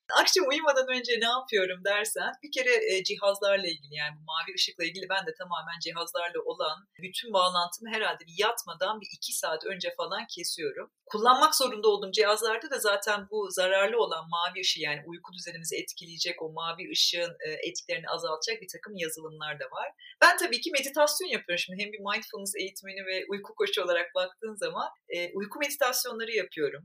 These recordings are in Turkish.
Akşam uyumadan önce ne yapıyorum dersen, bir kere cihazlarla ilgili, yani bu mavi ışıkla ilgili ben de tamamen cihazlarla olan bütün bağlantımı herhalde yatmadan bir 2 saat önce falan kesiyorum. Kullanmak zorunda olduğum cihazlarda da zaten bu zararlı olan mavi ışığı, yani uyku düzenimizi etkileyecek o mavi ışığın etkilerini azaltacak bir takım yazılımlar da var. Ben tabii ki meditasyon yapıyorum. Şimdi hem bir mindfulness eğitmeni ve uyku koçu olarak baktığın zaman uyku meditasyonları yapıyorum.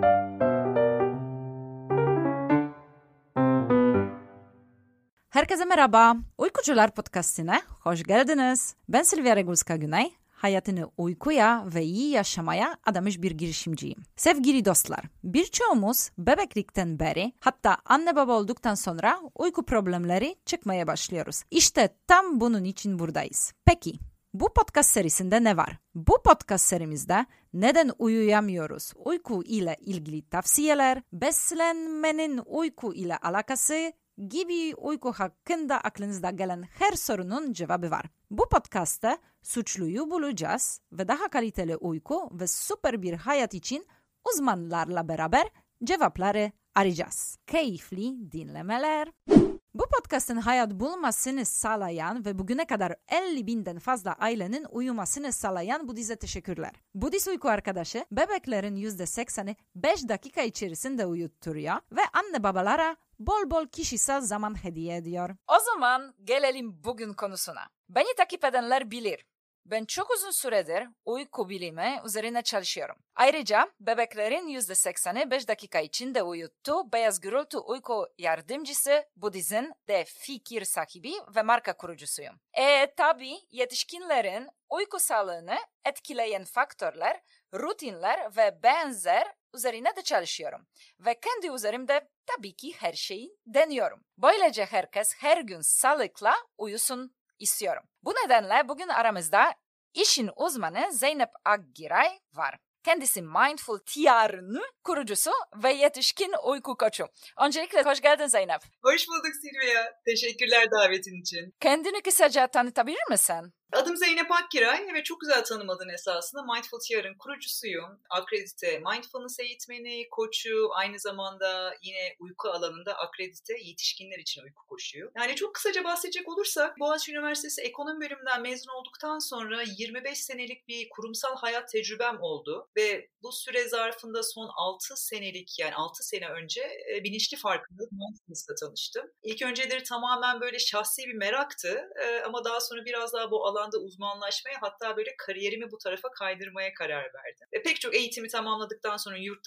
Herkese merhaba. Uykucular Podcast'ine hoş geldiniz. Ben Silvia Regulska-Güney. Hayatını uykuya ve iyi yaşamaya adamış bir girişimciyim. Sevgili dostlar, birçoğumuz bebeklikten beri, hatta anne baba olduktan sonra uyku problemleri çıkmaya başlıyoruz. İşte tam bunun için buradayız. Peki, bu podcast serisinde ne var? Bu podcast serimizde neden uyuyamıyoruz? Uyku ile ilgili tavsiyeler, beslenmenin uyku ile alakası gibi uyku hakkında aklınızda gelen her sorunun cevabı var. Bu podcastta suçluyu bulacağız ve daha kaliteli uyku ve süper bir hayat için uzmanlarla beraber cevapları arayacağız. Keyifli dinlemeler. Bu podcastın hayat bulmasını sağlayan ve bugüne kadar 50.000'den fazla ailenin uyumasını sağlayan Budiz'e teşekkürler. Budiz uyku arkadaşı bebeklerin %80'i 5 dakika içerisinde uyutturuyor ve anne babalara bol bol kişisel zaman hediye ediyor. O zaman gelelim bugün konusuna. Beni takip edenler bilir. Ben çok uzun süredir uyku bilimi üzerine çalışıyorum. Ayrıca bebeklerin %80'i 5 dakika içinde uyuttu. Beyaz Gürültü Uyku Yardımcısı Budiz'in de fikir sahibi ve marka kurucusuyum. Tabii yetişkinlerin uyku sağlığını etkileyen faktörler, rutinler ve benzer üzerine de çalışıyorum. Ve kendi üzerimde tabii ki her şeyi deniyorum. Böylece herkes her gün sağlıkla uyusun istiyorum. Bu nedenle bugün aramızda işin uzmanı Zeynep Akgiray var. Kendisi Mindful TR'ın kurucusu ve yetişkin uyku koçu. Öncelikle hoş geldin Zeynep. Hoş bulduk Silvia. Teşekkürler davetin için. Kendini kısaca tanıtabilir misin? Adım Zeynep Akgiray ve çok güzel tanımadın esasında. Mindful TR'ın kurucusuyum. Akredite mindfulness eğitmeni, koçu, aynı zamanda yine uyku alanında akredite yetişkinler için uyku koçuyum. Yani çok kısaca bahsedecek olursak, Boğaziçi Üniversitesi Ekonomi Bölümünden mezun olduktan sonra 25 senelik bir kurumsal hayat tecrübem oldu. Ve bu süre zarfında son 6 senelik, yani 6 sene önce bilinçli farkındalık mindfulness'la tanıştım. İlk önceleri tamamen böyle şahsi bir meraktı ama daha sonra biraz daha bu alanda uzmanlaşmaya, hatta böyle kariyerimi bu tarafa kaydırmaya karar verdim. Ve pek çok eğitimi tamamladıktan sonra yurt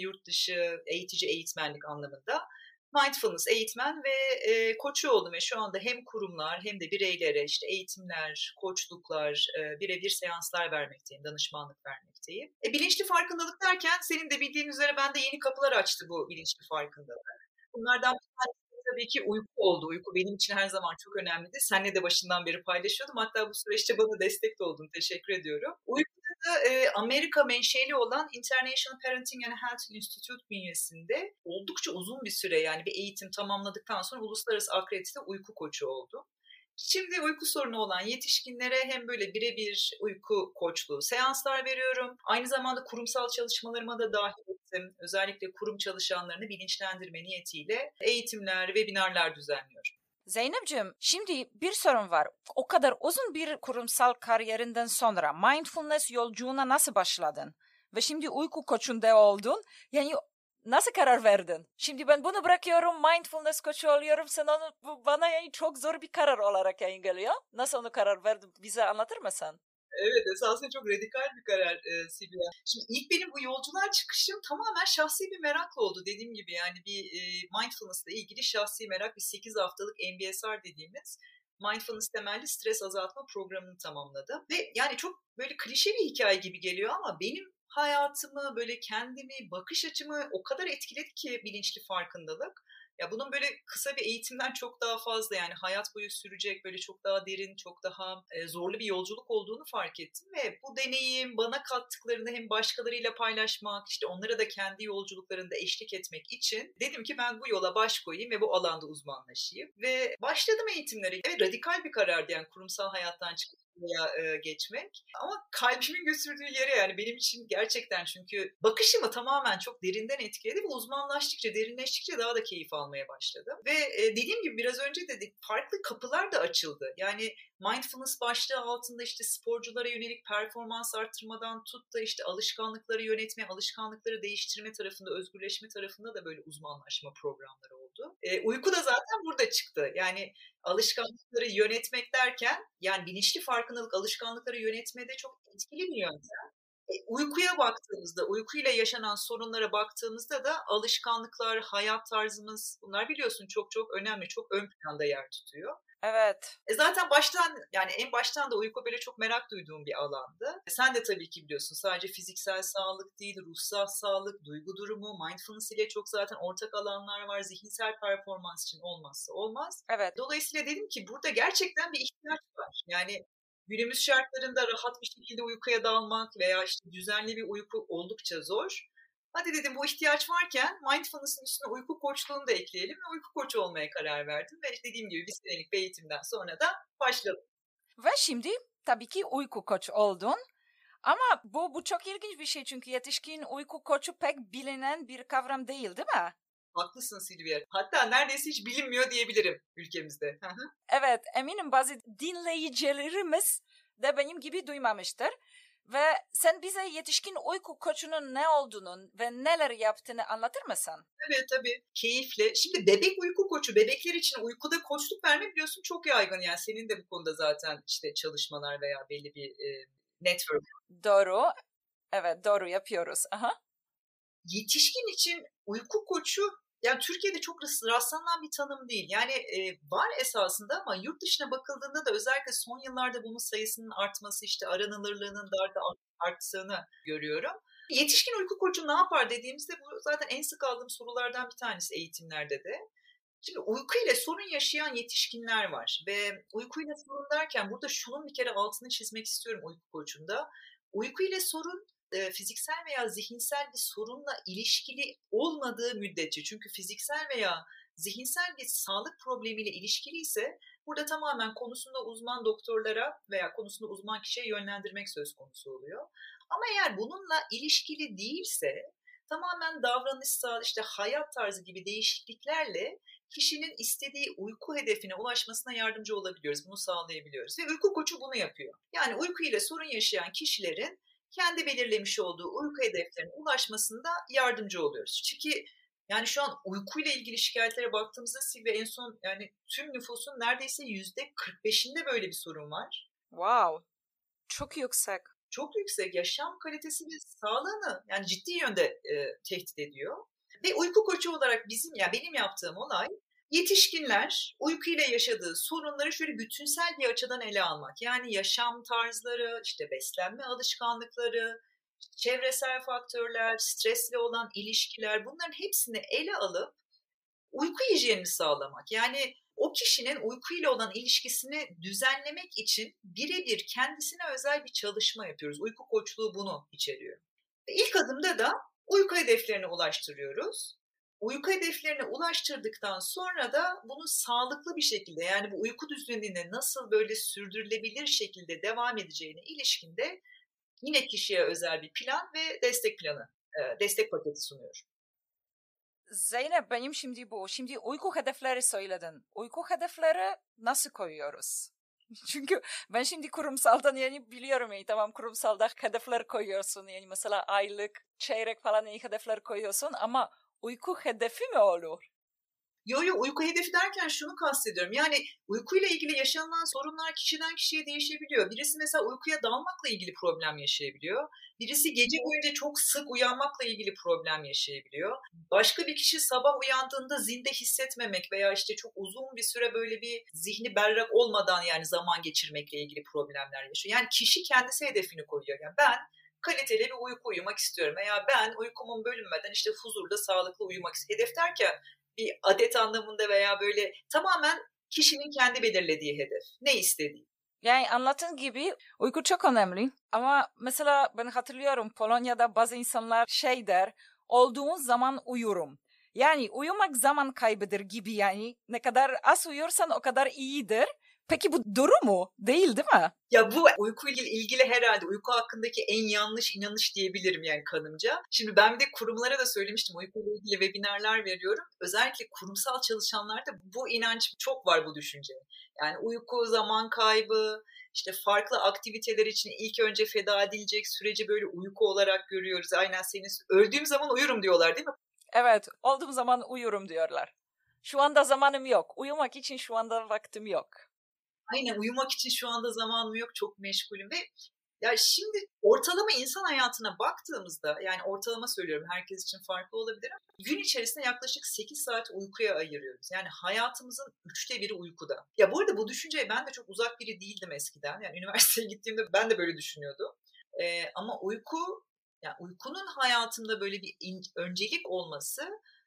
dışı eğitici eğitmenlik anlamında mindfulness eğitmen ve koçu oldum ve şu anda hem kurumlar hem de bireylere işte eğitimler, koçluklar, birebir seanslar vermekteyim, danışmanlık vermekteyim. Bilinçli farkındalık derken senin de bildiğin üzere bende yeni kapılar açtı bu bilinçli farkındalık. Bunlardan bir tanesi tabii ki uyku oldu. Uyku benim için her zaman çok önemliydi. Seninle de başından beri paylaşıyordum. Hatta bu süreçte bana destek de oldun. Teşekkür ediyorum. Uykuda da Amerika menşeli olan International Parenting and Health Institute bünyesinde oldukça uzun bir süre, yani bir eğitim tamamladıktan sonra uluslararası akredite uyku koçu oldum. Şimdi uyku sorunu olan yetişkinlere hem böyle birebir uyku koçluğu seanslar veriyorum. Aynı zamanda kurumsal çalışmalarıma da dahil ettim. Özellikle kurum çalışanlarını bilinçlendirme niyetiyle eğitimler, webinarlar düzenliyorum. Zeynep'ciğim, şimdi bir sorun var. O kadar uzun bir kurumsal kariyerinden sonra mindfulness yolculuğuna nasıl başladın? Ve şimdi uyku koçunda oldun. Yani nasıl karar verdin? Şimdi ben bunu bırakıyorum, mindfulness koçu oluyorum. Sen onu bana yani çok zor bir karar olarak yani geliyor. Nasıl onu karar verdin? Bize anlatır mısın? Evet, esasında çok radikal bir karar Silvia. Şimdi ilk benim bu yolculuğa çıkışım tamamen şahsi bir merakla oldu. Dediğim gibi yani bir mindfulness'la ilgili şahsi merak, bir 8 haftalık MBSR dediğimiz mindfulness temelli stres azaltma programını tamamladım. Ve yani çok böyle klişe bir hikaye gibi geliyor ama benim hayatımı, böyle kendimi, bakış açımı o kadar etkiledi ki bilinçli farkındalık. Ya bunun böyle kısa bir eğitimden çok daha fazla, yani hayat boyu sürecek böyle çok daha derin, çok daha zorlu bir yolculuk olduğunu fark ettim ve bu deneyim bana kattıklarını hem başkalarıyla paylaşmak, işte onlara da kendi yolculuklarında eşlik etmek için dedim ki ben bu yola baş koyayım ve bu alanda uzmanlaşayım ve başladım eğitimlere. Evet, radikal bir karardı, yani kurumsal hayattan çıkıp uykuya geçmek. Ama kalbimin götürdüğü yere yani benim için gerçekten çünkü bakışımı tamamen çok derinden etkiledi ve uzmanlaştıkça, derinleştikçe daha da keyif almaya başladım. Ve dediğim gibi biraz önce dedik farklı kapılar da açıldı. Yani mindfulness başlığı altında işte sporculara yönelik performans arttırmadan tut da işte alışkanlıkları yönetme, alışkanlıkları değiştirme tarafında, özgürleşme tarafında da böyle uzmanlaşma programları oldu. Uyku da zaten burada çıktı. Yani alışkanlıkları yönetmek derken yani bilinçli farkındalık alışkanlıkları yönetmede çok etkili bir yöntem. Uykuya baktığımızda, uykuyla yaşanan sorunlara baktığımızda da alışkanlıklar, hayat tarzımız bunlar biliyorsun çok çok önemli, çok ön planda yer tutuyor. Evet. Zaten baştan yani en baştan da uyku böyle çok merak duyduğum bir alandı. Sen de tabii ki biliyorsun sadece fiziksel sağlık değil, ruhsal sağlık, duygu durumu, mindfulness ile çok zaten ortak alanlar var. Zihinsel performans için olmazsa olmaz. Evet. Dolayısıyla dedim ki burada gerçekten bir ihtiyaç var. Yani günümüz şartlarında rahat bir şekilde uykuya dalmak veya işte düzenli bir uyku oldukça zor. Hadi dedim bu ihtiyaç varken mindfulness'ın üstüne uyku koçluğunu da ekleyelim ve uyku koçu olmaya karar verdim. Ve dediğim gibi bir senelik bir eğitimden sonra da başladım. Ve şimdi tabii ki uyku koç oldun. Ama bu çok ilginç bir şey çünkü yetişkin uyku koçu pek bilinen bir kavram değil mi? Haklısın Silvia. Hatta neredeyse hiç bilinmiyor diyebilirim ülkemizde. Evet, eminim bazı dinleyicilerimiz de benim gibi duymamıştır. Ve sen bize yetişkin uyku koçunun ne olduğunu ve neler yaptığını anlatır mısın? Tabii. Keyifle. Şimdi bebek uyku koçu, bebekler için uykuda koçluk verme biliyorsun çok yaygın. Yani senin de bu konuda zaten işte çalışmalar veya belli bir network. Doğru. Evet, doğru yapıyoruz. Aha. Yetişkin için uyku koçu yani Türkiye'de çok rastlanan bir tanım değil. Yani var esasında ama yurt dışına bakıldığında da özellikle son yıllarda bunun sayısının artması işte aranılırlığının daha da arttığını görüyorum. Yetişkin uyku koçu ne yapar dediğimizde bu zaten en sık aldığım sorulardan bir tanesi eğitimlerde de. Şimdi uyku ile sorun yaşayan yetişkinler var ve uyku ile sorun derken burada şunun bir kere altını çizmek istiyorum uyku koçunda. Uyku ile sorun fiziksel veya zihinsel bir sorunla ilişkili olmadığı müddetçe çünkü fiziksel veya zihinsel bir sağlık problemiyle ilişkili ise burada tamamen konusunda uzman doktorlara veya konusunda uzman kişiye yönlendirmek söz konusu oluyor. Ama eğer bununla ilişkili değilse tamamen davranışsal işte hayat tarzı gibi değişikliklerle kişinin istediği uyku hedefine ulaşmasına yardımcı olabiliyoruz. Bunu sağlayabiliyoruz. Ve uyku koçu bunu yapıyor. Yani uyku ile sorun yaşayan kişilerin kendi belirlemiş olduğu uyku hedeflerine ulaşmasında yardımcı oluyoruz. Çünkü yani şu an uykuyla ilgili şikayetlere baktığımızda ve en son yani tüm nüfusun neredeyse %45'inde böyle bir sorun var. Wow. Çok yüksek. Çok yüksek. Yaşam kalitesi ve sağlığını yani ciddi yönde tehdit ediyor. Ve uyku koçu olarak benim yaptığım olay yetişkinler uykuyla yaşadığı sorunları şöyle bütünsel bir açıdan ele almak. Yani yaşam tarzları, işte beslenme alışkanlıkları, çevresel faktörler, stresle olan ilişkiler bunların hepsini ele alıp uyku hijyenini sağlamak. Yani o kişinin uykuyla olan ilişkisini düzenlemek için birebir kendisine özel bir çalışma yapıyoruz. Uyku koçluğu bunu içeriyor. Ve ilk adımda da uyku hedeflerine ulaştırıyoruz. Uyku hedeflerine ulaştırdıktan sonra da bunu sağlıklı bir şekilde yani bu uyku düzenine nasıl böyle sürdürülebilir şekilde devam edeceğine ilişkinde yine kişiye özel bir plan ve destek planı, destek paketi sunuyor. Zeynep benim şimdi uyku hedefleri söyledin. Uyku hedefleri nasıl koyuyoruz? Çünkü ben şimdi kurumsaldan yani biliyorum yani tamam kurumsalda hedefler koyuyorsun yani mesela aylık, çeyrek falan iyi hedefler koyuyorsun ama uyku hedefi mi olur? Uyku hedefi derken şunu kastediyorum. Yani uykuyla ilgili yaşanılan sorunlar kişiden kişiye değişebiliyor. Birisi mesela uykuya dalmakla ilgili problem yaşayabiliyor. Birisi gece boyunca çok sık uyanmakla ilgili problem yaşayabiliyor. Başka bir kişi sabah uyandığında zinde hissetmemek veya işte çok uzun bir süre böyle bir zihni berrak olmadan yani zaman geçirmekle ilgili problemler yaşıyor. Yani kişi kendisi hedefini koyuyor. Yani ben kaliteli bir uyku uyumak istiyorum veya ben uykumun bölünmeden işte huzurda sağlıklı uyumak istiyorum. Hedef derken bir adet anlamında veya böyle tamamen kişinin kendi belirlediği hedef. Ne istediği. Yani anlattığın gibi uyku çok önemli ama mesela ben hatırlıyorum Polonya'da bazı insanlar şey der olduğun zaman uyurum. Yani uyumak zaman kaybıdır gibi yani ne kadar az uyursan o kadar iyidir. Peki bu doğru mu? Değil mi? Ya bu uykuyla ilgili herhalde uyku hakkındaki en yanlış inanış diyebilirim yani kanımca. Şimdi ben bir de kurumlara da söylemiştim, uykuyla ilgili webinarlar veriyorum. Özellikle kurumsal çalışanlarda bu inanç çok var, bu düşünce. Yani uyku zaman kaybı, işte farklı aktiviteler için ilk önce feda edilecek süreci böyle uyku olarak görüyoruz. Aynen senin öldüğüm zaman uyurum diyorlar değil mi? Evet, olduğum zaman uyurum diyorlar. Şu anda zamanım yok. Uyumak için şu anda vaktim yok. Aynen, uyumak için şu anda zamanım yok, çok meşgulüm ve ya şimdi ortalama insan hayatına baktığımızda, yani ortalama söylüyorum, herkes için farklı olabilir ama gün içerisinde yaklaşık 8 saat uykuya ayırıyoruz. Yani hayatımızın 1/3 uykuda. Ya bu arada bu düşünceye ben de çok uzak biri değildim eskiden. Yani üniversiteye gittiğimde ben de böyle düşünüyordum. Ama yani uykunun hayatımda böyle bir öncelik olması,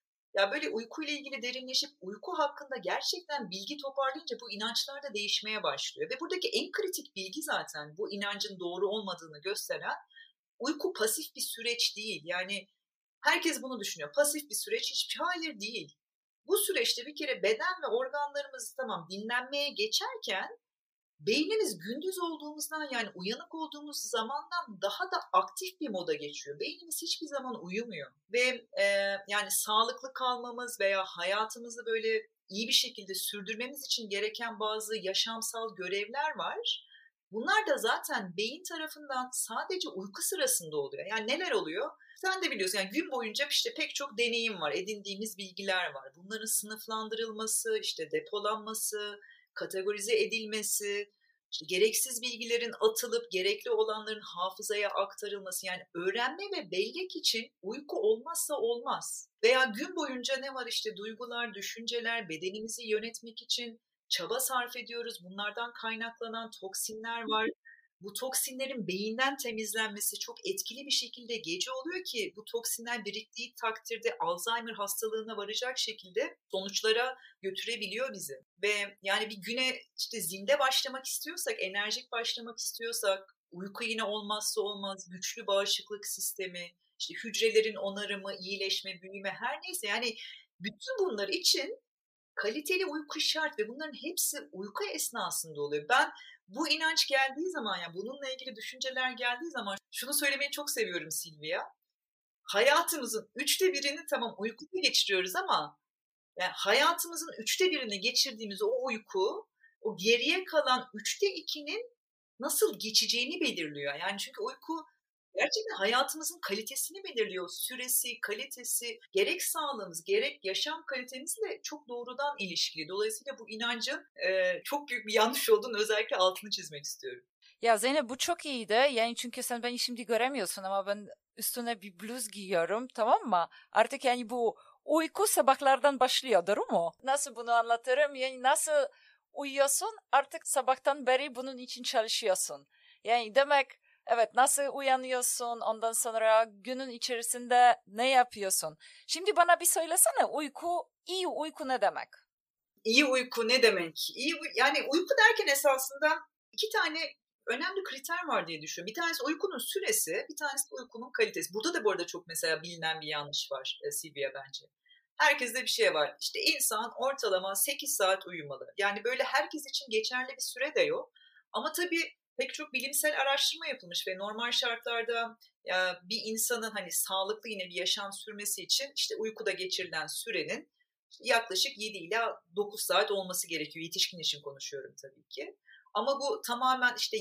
ya böyle uykuyla ilgili derinleşip uyku hakkında gerçekten bilgi toparlayınca bu inançlar da değişmeye başlıyor. Ve buradaki en kritik bilgi zaten bu inancın doğru olmadığını gösteren, uyku pasif bir süreç değil. Yani herkes bunu düşünüyor. Pasif bir süreç, hayır değil. Bu süreçte bir kere beden ve organlarımız tamam dinlenmeye geçerken, beynimiz gündüz olduğumuzdan, yani uyanık olduğumuz zamandan daha da aktif bir moda geçiyor. Beynimiz hiçbir zaman uyumuyor ve yani sağlıklı kalmamız veya hayatımızı böyle iyi bir şekilde sürdürmemiz için gereken bazı yaşamsal görevler var. Bunlar da zaten beyin tarafından sadece uyku sırasında oluyor. Yani neler oluyor? Sen de biliyorsun, yani gün boyunca işte pek çok deneyim var, edindiğimiz bilgiler var. Bunların sınıflandırılması, işte depolanması, kategorize edilmesi, işte gereksiz bilgilerin atılıp gerekli olanların hafızaya aktarılması, yani öğrenme ve bellek için uyku olmazsa olmaz. Veya gün boyunca ne var, işte duygular, düşünceler, bedenimizi yönetmek için çaba sarf ediyoruz. Bunlardan kaynaklanan toksinler var. Bu toksinlerin beyinden temizlenmesi çok etkili bir şekilde gece oluyor ki bu toksinler biriktiği takdirde Alzheimer hastalığına varacak şekilde sonuçlara götürebiliyor bizi. Ve yani bir güne işte zinde başlamak istiyorsak, enerjik başlamak istiyorsak, uyku yine olmazsa olmaz, güçlü bağışıklık sistemi, işte hücrelerin onarımı, iyileşme, büyüme, her neyse, yani bütün bunlar için kaliteli uyku şart ve bunların hepsi uyku esnasında oluyor. Ben bu inanç geldiği zaman, yani bununla ilgili düşünceler geldiği zaman şunu söylemeyi çok seviyorum Silvia. Hayatımızın 1/3'ünü tamam uykuda geçiriyoruz ama yani hayatımızın 1/3'ünü geçirdiğimiz o uyku, o geriye kalan 2/3'nin nasıl geçeceğini belirliyor. Yani çünkü uyku gerçekten hayatımızın kalitesini belirliyor. Süresi, kalitesi, gerek sağlığımız, gerek yaşam kalitemizle çok doğrudan ilişkili. Dolayısıyla bu inancın çok büyük bir yanlış olduğunu özellikle altını çizmek istiyorum. Ya Zeynep bu çok iyiydi. Yani çünkü sen beni şimdi göremiyorsun ama ben üstüne bir bluz giyiyorum, tamam mı? Artık yani bu uyku sabahlardan başlıyor, doğru mu? Nasıl bunu anlatırım? Yani nasıl uyuyorsun? Artık sabahtan beri bunun için çalışıyorsun. Yani demek evet, nasıl uyanıyorsun? Ondan sonra günün içerisinde ne yapıyorsun? Şimdi bana bir söylesene, iyi uyku ne demek? İyi uyku ne demek? Yani uyku derken esasında 2 tane önemli kriter var diye düşünüyorum. Bir tanesi uykunun süresi, bir tanesi de uykunun kalitesi. Burada da bu arada çok mesela bilinen bir yanlış var Silvia bence. Herkeste bir şey var. İşte insan ortalama 8 saat uyumalı. Yani böyle herkes için geçerli bir süre de yok. Ama tabii pek çok bilimsel araştırma yapılmış ve normal şartlarda ya bir insanın hani sağlıklı yine bir yaşam sürmesi için işte uykuda geçirilen sürenin yaklaşık 7 ila 9 saat olması gerekiyor. Yetişkin için konuşuyorum tabii ki. Ama bu tamamen işte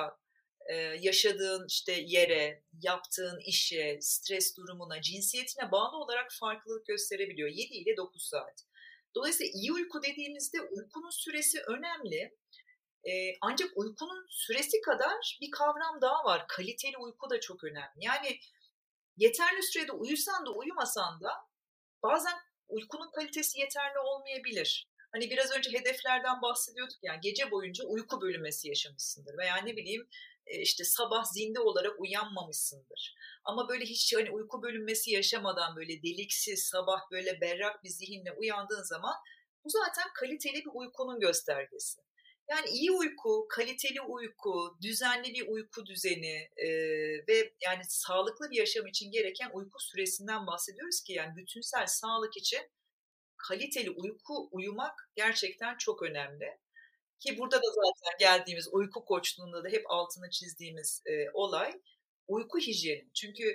yaşadığın işte yere, yaptığın işe, stres durumuna, cinsiyetine bağlı olarak farklılık gösterebiliyor. 7 ile 9 saat. Dolayısıyla iyi uyku dediğimizde uykunun süresi önemli. Ancak uykunun süresi kadar bir kavram daha var. Kaliteli uyku da çok önemli. Yani yeterli sürede uyusan da uyumasan da bazen uykunun kalitesi yeterli olmayabilir. Hani biraz önce hedeflerden bahsediyorduk, yani gece boyunca uyku bölünmesi yaşamışsındır veya ne bileyim işte sabah zinde olarak uyanmamışsındır. Ama böyle hiç hani uyku bölünmesi yaşamadan böyle deliksiz sabah böyle berrak bir zihinle uyandığın zaman bu zaten kaliteli bir uykunun göstergesi. Yani iyi uyku, kaliteli uyku, düzenli bir uyku düzeni ve yani sağlıklı bir yaşam için gereken uyku süresinden bahsediyoruz ki yani bütünsel sağlık için kaliteli uyku uyumak gerçekten çok önemli. Ki burada da zaten geldiğimiz uyku koçluğunda da hep altını çizdiğimiz olay uyku hijyeni. Çünkü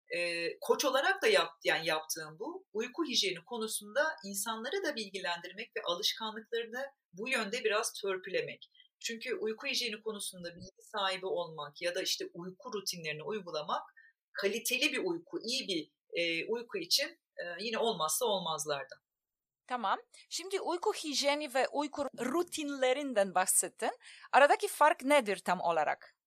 koç olarak da yaptığım bu uyku hijyeni konusunda insanları da bilgilendirmek ve alışkanlıklarını bu yönde biraz törpülemek. Çünkü uyku hijyeni konusunda bilgi sahibi olmak ya da işte uyku rutinlerini uygulamak kaliteli bir uyku, iyi bir uyku için yine olmazsa olmazlardan. Tamam. Şimdi uyku hijyeni ve uyku rutinlerinden bahsettin. Aradaki fark nedir tam olarak?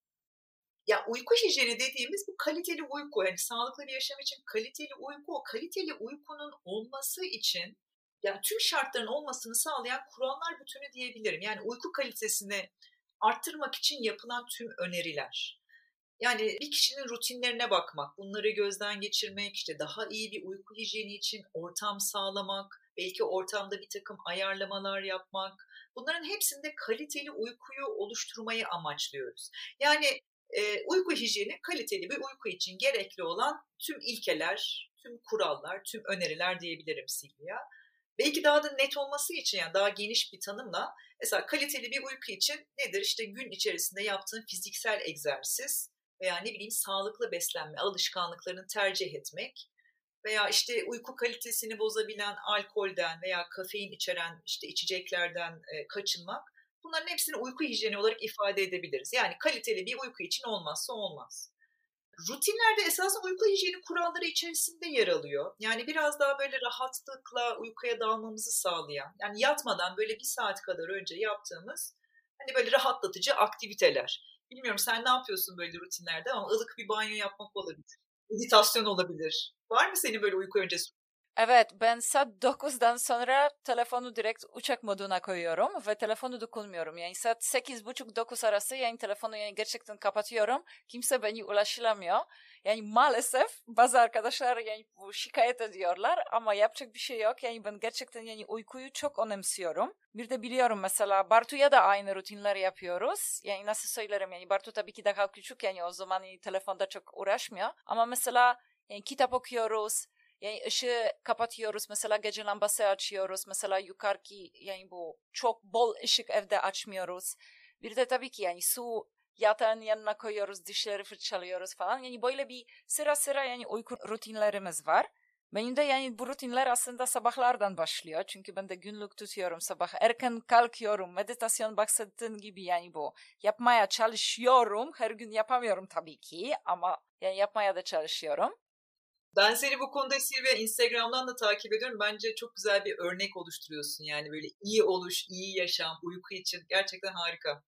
Ya uyku hijyeni dediğimiz bu kaliteli uyku. Yani sağlıklı bir yaşam için kaliteli uyku, o kaliteli uykunun olması için yani tüm şartların olmasını sağlayan kurallar bütünü diyebilirim. Yani uyku kalitesini arttırmak için yapılan tüm öneriler. Yani bir kişinin rutinlerine bakmak, bunları gözden geçirmek, işte daha iyi bir uyku hijyeni için ortam sağlamak, belki ortamda bir takım ayarlamalar yapmak. Bunların hepsinde kaliteli uykuyu oluşturmayı amaçlıyoruz. Yani uyku hijyeni kaliteli bir uyku için gerekli olan tüm ilkeler, tüm kurallar, tüm öneriler diyebilirim Silvia. Belki daha da net olması için yani daha geniş bir tanımla mesela kaliteli bir uyku için nedir? İşte gün içerisinde yaptığın fiziksel egzersiz veya ne bileyim sağlıklı beslenme alışkanlıklarını tercih etmek veya işte uyku kalitesini bozabilen alkolden veya kafein içeren işte içeceklerden kaçınmak. Bunların hepsini uyku hijyeni olarak ifade edebiliriz. Yani kaliteli bir uyku için olmazsa olmaz. Rutinlerde esasında uyku hijyeni kuralları içerisinde yer alıyor. Yani biraz daha böyle rahatlıkla uykuya dalmamızı sağlayan, yani yatmadan böyle 1 saat kadar önce yaptığımız hani böyle rahatlatıcı aktiviteler. Bilmiyorum sen ne yapıyorsun böyle rutinlerde ama ılık bir banyo yapmak olabilir. Meditasyon olabilir. Var mı senin böyle uyku öncesi? Evet, ben saat 9'dan sonra telefonu direkt uçak moduna koyuyorum ve telefonu dokunmuyorum. Yani saat 8.30-9 arası yani telefonu yani gerçekten kapatıyorum. Kimse beni ulaşılamıyor. Yani maalesef bazı arkadaşlar yani bu şikayet ediyorlar ama yapacak bir şey yok. Yani ben gerçekten yani uykuyu çok önemsiyorum. Bir de biliyorum mesela Bartu'ya da aynı rutinler yapıyoruz. Yani nasıl söylerim yani Bartu tabii ki daha küçük yani o zaman yani telefonda çok uğraşmıyor. Ama mesela yani kitap okuyoruz. Yani ışığı kapatıyoruz. Mesela gece lambası açıyoruz. Mesela yukarıki yani bu çok bol ışık evde açmıyoruz. Bir de tabii ki yani su yatağın yanına koyuyoruz. Dişleri fırçalıyoruz falan. Yani böyle bir sıra yani uyku rutinlerimiz var. Benim de yani bu rutinler aslında sabahlardan başlıyor. Çünkü ben de günlük tutuyorum sabah. Erken kalkıyorum. Meditasyon bahsettiğin gibi yani bu. Yapmaya çalışıyorum. Her gün yapamıyorum tabii ki ama yani yapmaya da çalışıyorum. Ben seni bu konuda Silvia Instagram'dan da takip ediyorum. Bence çok güzel bir örnek oluşturuyorsun. Yani böyle iyi oluş, iyi yaşam, uyku için gerçekten harika.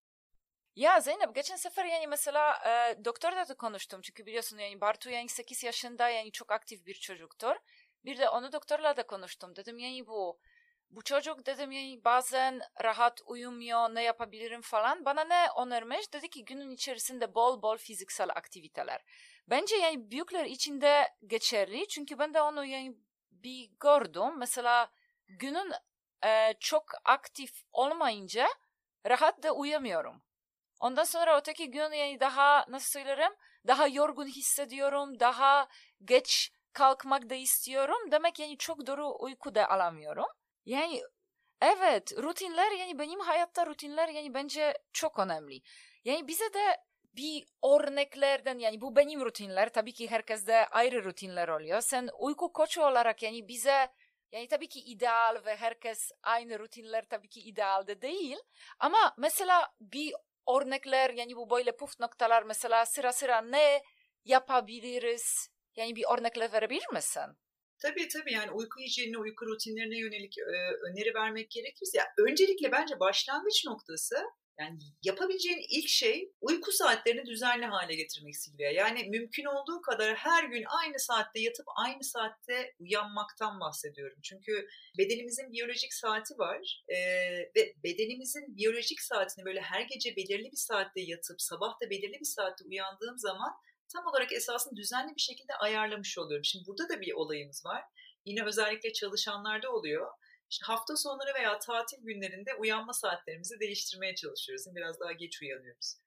Ya Zeynep geçen sefer yani mesela doktorla da konuştum. Çünkü biliyorsun yani Bartu yani 8 yaşında yani çok aktif bir çocuktur. Bir de onu doktorla da konuştum. Dedim yani bu çocuk dedim yani bazen rahat uyumuyor ne yapabilirim falan. Bana ne önermiş? Dedi ki günün içerisinde bol bol fiziksel aktiviteler. Bence yani büyükler için de geçerli. Çünkü ben de onu yani bir gördüm. Mesela günün çok aktif olmayınca rahat da uyuyamıyorum. Ondan sonra öteki gün yani daha nasıl söylerim? Daha yorgun hissediyorum. Daha geç kalkmak da istiyorum. Demek yani çok doğru uyku da alamıyorum. Yani evet rutinler yani benim hayatta rutinler yani bence çok önemli. Yani bize de bir örneklerden yani bu benim rutinler tabii ki herkeste ayrı rutinler oluyor. Sen uyku koçu olarak yani bize yani tabii ki ideal ve herkes aynı rutinler tabii ki ideal de değil. Ama mesela bir örnekler yani bu böyle puf noktalar mesela sıra ne yapabiliriz? Yani bir örnekler verebilir misin? Tabii yani uyku hijyenine, uyku rutinlerine yönelik öneri vermek gerekirse ya öncelikle bence başlangıç noktası yani yapabileceğin ilk şey uyku saatlerini düzenli hale getirmek Silvia. Yani mümkün olduğu kadar her gün aynı saatte yatıp aynı saatte uyanmaktan bahsediyorum. Çünkü bedenimizin biyolojik saati var ve bedenimizin biyolojik saatini böyle her gece belirli bir saatte yatıp sabah da belirli bir saatte uyandığım zaman tam olarak esasında düzenli bir şekilde ayarlamış oluyorum. Şimdi burada da bir olayımız var. Yine özellikle çalışanlarda oluyor. İşte hafta sonları veya tatil günlerinde uyanma saatlerimizi değiştirmeye çalışıyoruz. Biraz daha geç uyanıyoruz.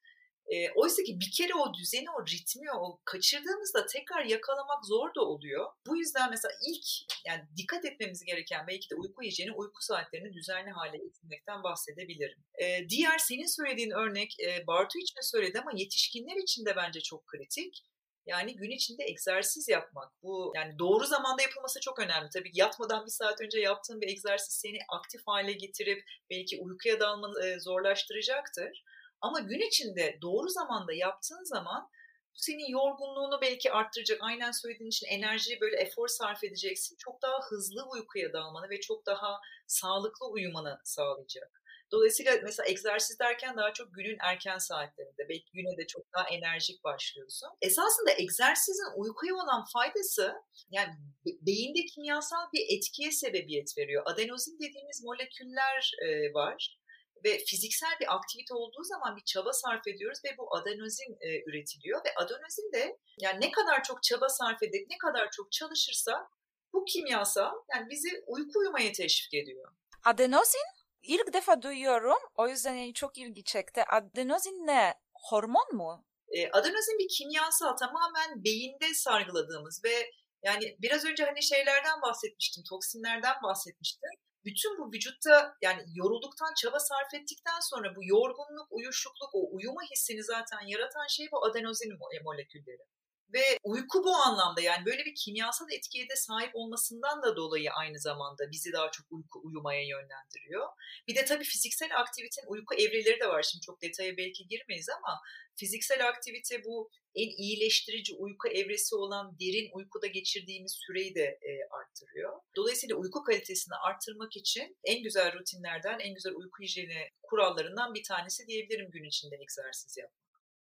Oysa ki bir kere o düzeni, o ritmi, o kaçırdığımızda tekrar yakalamak zor da oluyor. Bu yüzden mesela yani dikkat etmemiz gereken belki de uyku hijyeni, uyku saatlerini düzenli hale getirmekten bahsedebilirim. Diğer senin söylediğin örnek Bartu için söyledi ama yetişkinler için de bence çok kritik. Yani gün içinde egzersiz yapmak. Bu yani doğru zamanda yapılması çok önemli. Tabii yatmadan bir saat önce yaptığın bir egzersiz seni aktif hale getirip belki uykuya dalmanı zorlaştıracaktır. Ama gün içinde doğru zamanda yaptığın zaman bu senin yorgunluğunu belki arttıracak. Aynen söylediğin için enerjiyi böyle efor sarf edeceksin. Çok daha hızlı uykuya dalmanı ve çok daha sağlıklı uyumanı sağlayacak. Dolayısıyla mesela egzersiz derken daha çok günün erken saatlerinde. Belki güne de çok daha enerjik başlıyorsun. Esasında egzersizin uykuya olan faydası yani beyinde kimyasal bir etkiye sebebiyet veriyor. Adenozin dediğimiz moleküller var. Ve fiziksel bir aktivite olduğu zaman bir çaba sarf ediyoruz ve bu adenozin üretiliyor. Ve adenozin de yani ne kadar çok çaba sarf edip ne kadar çok çalışırsa bu kimyasal yani bizi uyumaya teşvik ediyor. Adenozin ilk defa duyuyorum. O yüzden yani çok ilgi çekti. Adenozin ne? Hormon mu? Adenozin bir kimyasal, tamamen beyinde sargıladığımız ve yani biraz önce hani şeylerden bahsetmiştim, toksinlerden bahsetmiştim. Bütün bu vücutta yani yorulduktan, çaba sarf ettikten sonra bu yorgunluk, uyuşukluk, o uyuma hissini zaten yaratan şey bu adenozin molekülleri. Ve uyku bu anlamda yani böyle bir kimyasal etkiye de sahip olmasından da dolayı aynı zamanda bizi daha çok uyumaya yönlendiriyor. Bir de tabii fiziksel aktivitenin uyku evreleri de var. Şimdi çok detaya belki girmeyiz ama fiziksel aktivite bu en iyileştirici uyku evresi olan derin uykuda geçirdiğimiz süreyi de arttırıyor. Dolayısıyla uyku kalitesini arttırmak için en güzel rutinlerden, en güzel uyku hijyeni kurallarından bir tanesi diyebilirim gün içinde egzersiz yapmak.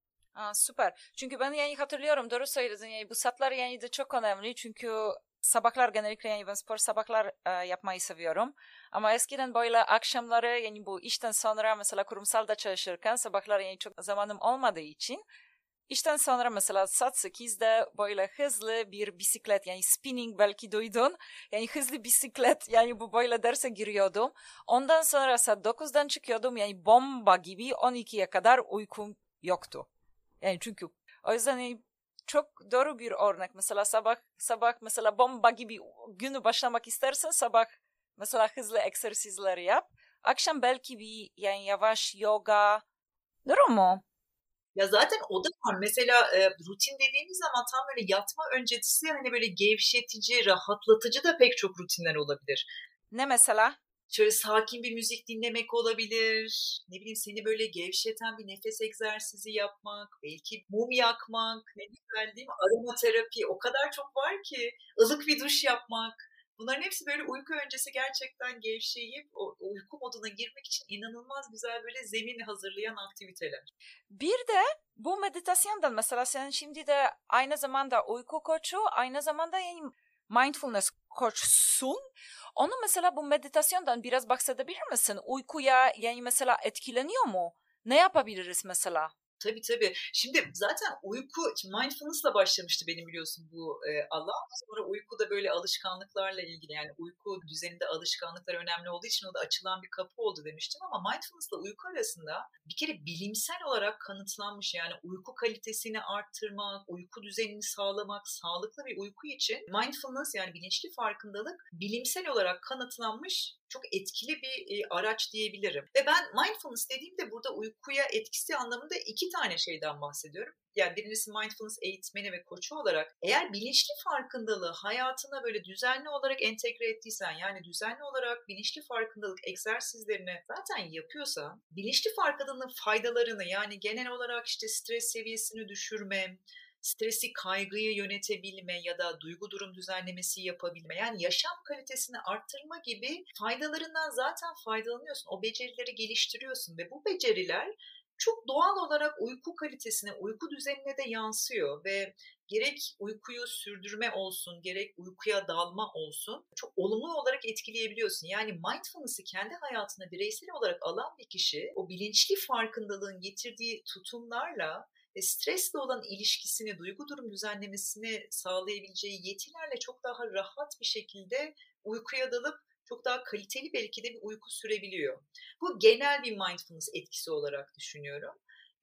Süper. Çünkü ben yani hatırlıyorum, doğru söyledin. Yani bu saatler yani de çok önemli. Çünkü sabahlar genellikle yani ben spor sabahlar yapmayı seviyorum. Ama eskiden böyle akşamları yani bu işten sonra mesela kurumsalda çalışırken sabahlar yani çok zamanım olmadığı için işten sonra mesela saat 8'de böyle hızlı bir bisiklet yani spinning belki duydun. Yani hızlı bisiklet yani bu böyle derse giriyordum. Ondan sonra saat 9'dan çıkıyordum yani bomba gibi 12'ye kadar uykum yoktu. Yani çünkü o yüzden yani çok doğru bir örnek. Mesela sabah mesela bomba gibi günü başlamak istersen sabah mesela hızlı egzersizleri yap. Akşam belki bir yani yavaş yoga. Doğru mu? Ya zaten o da var. Mesela rutin dediğimiz zaman tam böyle yatma öncesi hani böyle gevşetici, rahatlatıcı da pek çok rutinler olabilir. Ne mesela? Şöyle sakin bir müzik dinlemek olabilir. Ne bileyim seni böyle gevşeten bir nefes egzersizi yapmak, belki mum yakmak, ne güzel değil mi? Aromaterapi o kadar çok var ki. Ilık bir duş yapmak. Bunların hepsi böyle uyku öncesi gerçekten gevşeyip o uyku moduna girmek için inanılmaz güzel böyle zemin hazırlayan aktiviteler. Bir de bu meditasyondan mesela sen şimdi de aynı zamanda uyku koçu, aynı zamanda yani mindfulness koçsun. Onu mesela bu meditasyondan biraz bahsedebilir misin? Uykuya yani mesela etkileniyor mu? Ne yapabiliriz mesela? Tabii tabii. Şimdi zaten uyku, şimdi mindfulness'la başlamıştı benim biliyorsun bu alan. Sonra uyku da böyle alışkanlıklarla ilgili yani uyku düzeninde alışkanlıklar önemli olduğu için o da açılan bir kapı oldu demiştim. Ama mindfulness'la uyku arasında bir kere bilimsel olarak kanıtlanmış yani uyku kalitesini arttırmak, uyku düzenini sağlamak, sağlıklı bir uyku için mindfulness yani bilinçli farkındalık bilimsel olarak kanıtlanmış çok etkili bir araç diyebilirim. Ve ben mindfulness dediğimde burada uykuya etkisi anlamında iki tane şeyden bahsediyorum. Yani birincisi mindfulness eğitmeni ve koçu olarak eğer bilinçli farkındalığı hayatına böyle düzenli olarak entegre ettiysen yani düzenli olarak bilinçli farkındalık egzersizlerini zaten yapıyorsan bilinçli farkındalığın faydalarını yani genel olarak işte stres seviyesini düşürme, stresi, kaygıyı yönetebilme ya da duygu durum düzenlemesi yapabilme yani yaşam kalitesini arttırma gibi faydalarından zaten faydalanıyorsun. O becerileri geliştiriyorsun ve bu beceriler çok doğal olarak uyku kalitesine, uyku düzenine de yansıyor ve gerek uykuyu sürdürme olsun, gerek uykuya dalma olsun çok olumlu olarak etkileyebiliyorsun. Yani mindfulness'ı kendi hayatına bireysel olarak alan bir kişi o bilinçli farkındalığın getirdiği tutumlarla stresle olan ilişkisini, duygu durum düzenlemesini sağlayabileceği yetilerle çok daha rahat bir şekilde uykuya dalıp çok daha kaliteli belki de bir uyku sürebiliyor. Bu genel bir mindfulness etkisi olarak düşünüyorum.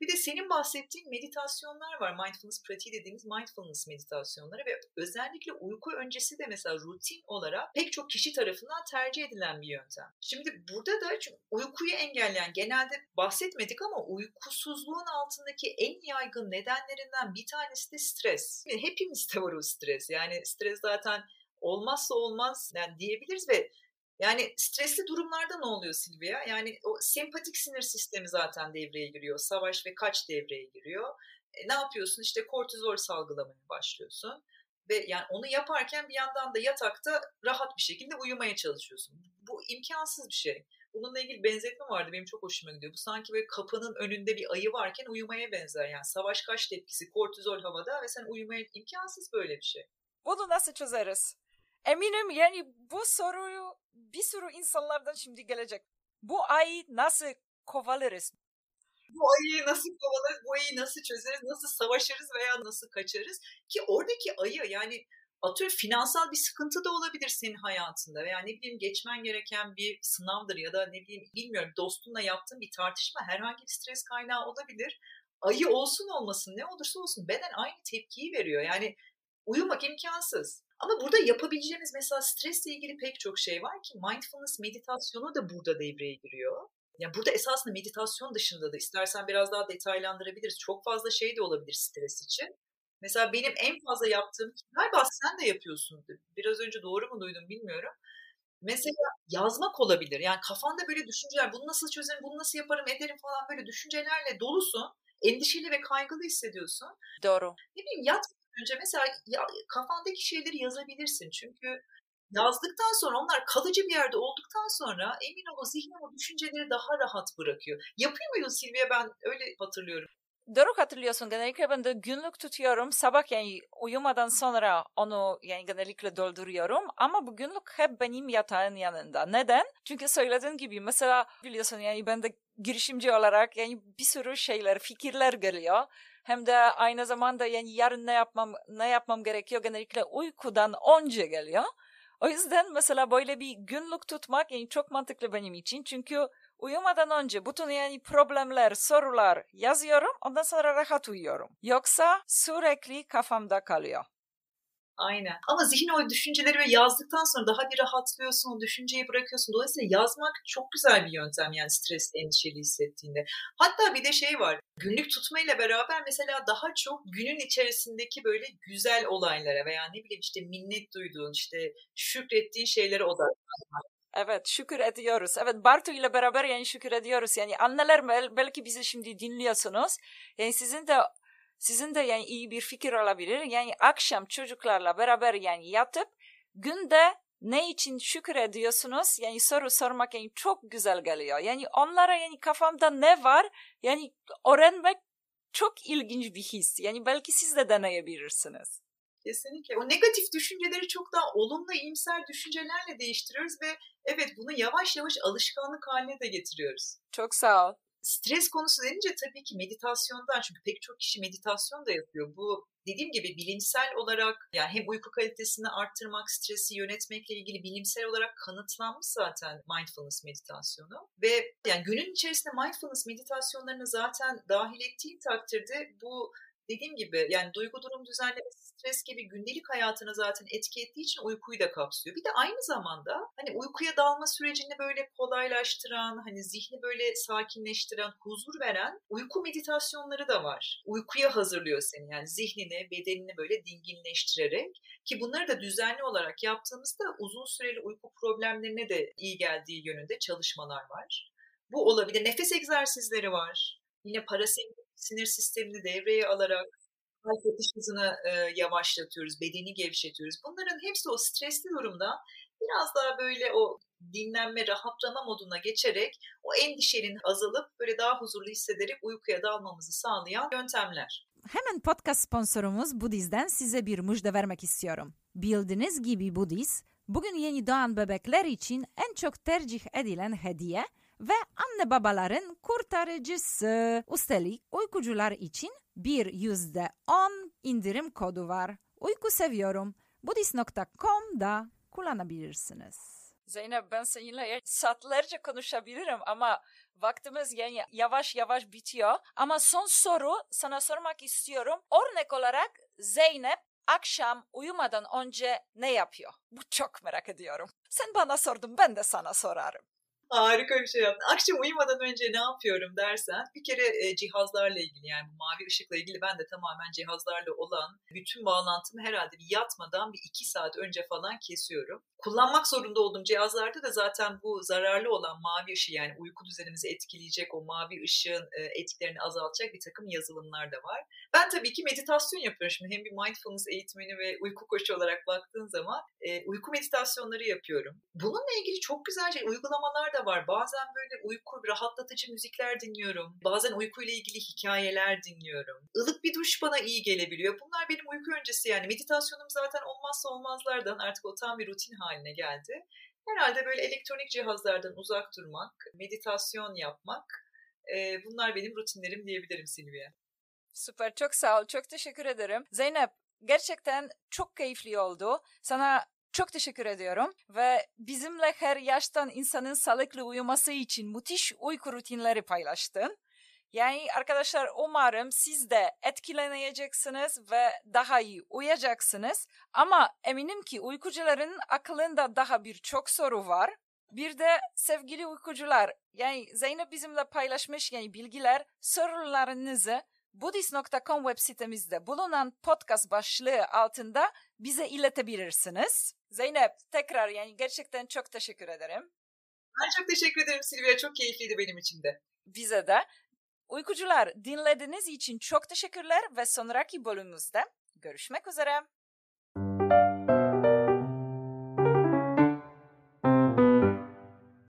Bir de senin bahsettiğin meditasyonlar var. Mindfulness pratiği dediğimiz mindfulness meditasyonları ve özellikle uyku öncesi de mesela rutin olarak pek çok kişi tarafından tercih edilen bir yöntem. Şimdi burada da çünkü uykuyu engelleyen, genelde bahsetmedik ama uykusuzluğun altındaki en yaygın nedenlerinden bir tanesi de stres. Hepimizde var o stres. Yani stres zaten olmazsa olmaz yani diyebiliriz ve yani stresli durumlarda ne oluyor Silvia? Yani o sempatik sinir sistemi zaten devreye giriyor. Savaş ve kaç devreye giriyor. Ne yapıyorsun? İşte kortizol salgılamaya başlıyorsun. Ve yani onu yaparken bir yandan da yatakta rahat bir şekilde uyumaya çalışıyorsun. Bu imkansız bir şey. Bununla ilgili benzetme vardı. Benim çok hoşuma gidiyor. Bu sanki böyle kapının önünde bir ayı varken uyumaya benzer. Yani savaş kaç tepkisi, kortizol havada ve sen uyumaya imkansız böyle bir şey. Bunu nasıl çözeriz? Eminim yani bu soruyu bir sürü insanlardan şimdi gelecek. Bu ayı nasıl kovalarız? Bu ayıyı nasıl kovalarız, bu ayıyı nasıl çözeriz, nasıl savaşırız veya nasıl kaçarız? Ki oradaki ayı yani atıyorum finansal bir sıkıntı da olabilir senin hayatında veya ne bileyim geçmen gereken bir sınavdır ya da ne bileyim bilmiyorum dostunla yaptığın bir tartışma herhangi bir stres kaynağı olabilir. Ayı olsun olmasın ne olursa olsun beden aynı tepkiyi veriyor. Yani uyumak imkansız. Ama burada yapabileceğimiz mesela stresle ilgili pek çok şey var ki mindfulness meditasyonu da burada devreye giriyor. Yani burada esasında meditasyon dışında da istersen biraz daha detaylandırabiliriz. Çok fazla şey de olabilir stres için. Mesela benim en fazla yaptığım, galiba sen de yapıyorsun. Biraz önce doğru mu duydum bilmiyorum. Mesela yazmak olabilir. Yani kafanda böyle düşünceler, bunu nasıl çözerim, bunu nasıl yaparım, ederim falan böyle düşüncelerle dolusun. Endişeli ve kaygılı hissediyorsun. Doğru. Ne bileyim yatmadan önce mesela kafandaki şeyleri yazabilirsin. Çünkü yazdıktan sonra onlar kalıcı bir yerde olduktan sonra emin ol o zihnin o düşünceleri daha rahat bırakıyor. Yapıyor muydun Silvia? Ben öyle hatırlıyorum. Doğru hatırlıyorsun. Genellikle ben de günlük tutuyorum. Sabah yani uyumadan sonra onu yani genellikle dolduruyorum. Ama bu günlük hep benim yatağın yanında. Neden? Çünkü söylediğin gibi mesela biliyorsun yani ben de girişimci olarak yani bir sürü şeyler, fikirler geliyor. Hem de aynı zamanda yani yarın ne yapmam gerekiyor genellikle uykudan önce geliyor. O yüzden mesela böyle bir günlük tutmak yani çok mantıklı benim için. Çünkü uyumadan önce bütün yani problemler, sorular yazıyorum. Ondan sonra rahat uyuyorum. Yoksa sürekli kafamda kalıyor. Aynen. Ama zihin o düşünceleri ve yazdıktan sonra daha bir rahatlıyorsun, o düşünceyi bırakıyorsun. Dolayısıyla yazmak çok güzel bir yöntem yani stresli, endişeli hissettiğinde. Hatta bir de şey var, günlük tutmayla beraber mesela daha çok günün içerisindeki böyle güzel olaylara veya ne bileyim işte minnet duyduğun, işte şükrettiğin şeylere odaklanmak. Evet, şükür ediyoruz. Evet, Bartu ile beraber yani şükür ediyoruz. Yani anneler belki bizi şimdi dinliyorsunuz. Yani sizin de yani iyi bir fikir olabilir. Yani akşam çocuklarla beraber yani yatıp günde ne için şükür ediyorsunuz? Yani soru sormak yani çok güzel geliyor. Yani onlara yani kafamda ne var? Yani öğrenmek çok ilginç bir his. Yani belki siz de deneyebilirsiniz. Kesinlikle. O negatif düşünceleri çok daha olumlu, iyimser düşüncelerle değiştiriyoruz ve evet bunu yavaş yavaş alışkanlık haline de getiriyoruz. Çok sağ ol. Stres konusu denince tabii ki meditasyondan, çünkü pek çok kişi meditasyon da yapıyor. Bu dediğim gibi bilimsel olarak yani hem uyku kalitesini arttırmak, stresi yönetmekle ilgili bilimsel olarak kanıtlanmış zaten mindfulness meditasyonu. Ve yani günün içerisinde mindfulness meditasyonlarını zaten dahil ettiğin takdirde bu dediğim gibi yani duygu durum düzenlemesi, stres gibi gündelik hayatına zaten etki ettiği için uykuyu da kapsıyor. Bir de aynı zamanda hani uykuya dalma sürecini böyle kolaylaştıran, hani zihni böyle sakinleştiren, huzur veren uyku meditasyonları da var. Uykuya hazırlıyor seni yani zihnini, bedenini böyle dinginleştirerek ki bunları da düzenli olarak yaptığımızda uzun süreli uyku problemlerine de iyi geldiği yönünde çalışmalar var. Bu olabilir. Nefes egzersizleri var. Yine parasempatik sinir sistemini devreye alarak kalp atış hızını yavaşlatıyoruz, bedeni gevşetiyoruz. Bunların hepsi o stresli durumda biraz daha böyle o dinlenme, rahatlama moduna geçerek o endişenin azalıp böyle daha huzurlu hissederek uykuya dalmamızı sağlayan yöntemler. Hemen podcast sponsorumuz Budiz'den size bir müjde vermek istiyorum. Bildiğiniz gibi Budiz, bugün yeni doğan bebekler için en çok tercih edilen hediye ve anne babaların kurtarıcısı. Üstelik uykucular için bir %10 indirim kodu var. Uyku seviyorum. Budiz.com'da kullanabilirsiniz. Zeynep, ben seninle saatlerce konuşabilirim ama vaktimiz yani yavaş yavaş bitiyor. Ama son soru sana sormak istiyorum. Örnek olarak Zeynep akşam uyumadan önce ne yapıyor? Bu çok merak ediyorum. Sen bana sordun, ben de sana sorarım. Harika bir şey yaptın. Akşam uyumadan önce ne yapıyorum dersen, bir kere cihazlarla ilgili, yani bu mavi ışıkla ilgili ben de tamamen cihazlarla olan bütün bağlantımı herhalde bir yatmadan bir 2 saat önce falan kesiyorum. Kullanmak zorunda olduğum cihazlarda da zaten bu zararlı olan mavi ışığı, yani uyku düzenimizi etkileyecek o mavi ışığın etkilerini azaltacak bir takım yazılımlar da var. Ben tabii ki meditasyon yapıyorum. Şimdi hem bir mindfulness eğitmeni ve uyku koçu olarak baktığın zaman uyku meditasyonları yapıyorum. Bununla ilgili çok güzel uygulamalar da var. Bazen böyle uyku rahatlatıcı müzikler dinliyorum. Bazen uykuyla ilgili hikayeler dinliyorum. Ilık bir duş bana iyi gelebiliyor. Bunlar benim uyku öncesi, yani meditasyonum zaten olmazsa olmazlardan, artık o tam bir rutin haline geldi. Herhalde böyle elektronik cihazlardan uzak durmak, meditasyon yapmak, bunlar benim rutinlerim diyebilirim Silvia. Süper, çok sağ ol, çok teşekkür ederim. Zeynep, gerçekten çok keyifli oldu. Sana çok teşekkür ediyorum ve bizimle her yaştan insanın sağlıklı uyuması için müthiş uyku rutinleri paylaştın. Yani arkadaşlar, umarım siz de etkileneceksiniz ve daha iyi uyuyacaksınız. Ama eminim ki uykucuların aklında daha birçok soru var. Bir de sevgili uykucular, yani Zeynep bizimle paylaşmış yani bilgiler, sorularınızı Budist.com web sitemizde bulunan podcast başlığı altında bize iletebilirsiniz. Zeynep, tekrar yani gerçekten çok teşekkür ederim. Ben çok teşekkür ederim Silvia. Çok keyifliydi benim için de. Bize de. Uykucular, dinlediğiniz için çok teşekkürler ve sonraki bölümümüzde görüşmek üzere.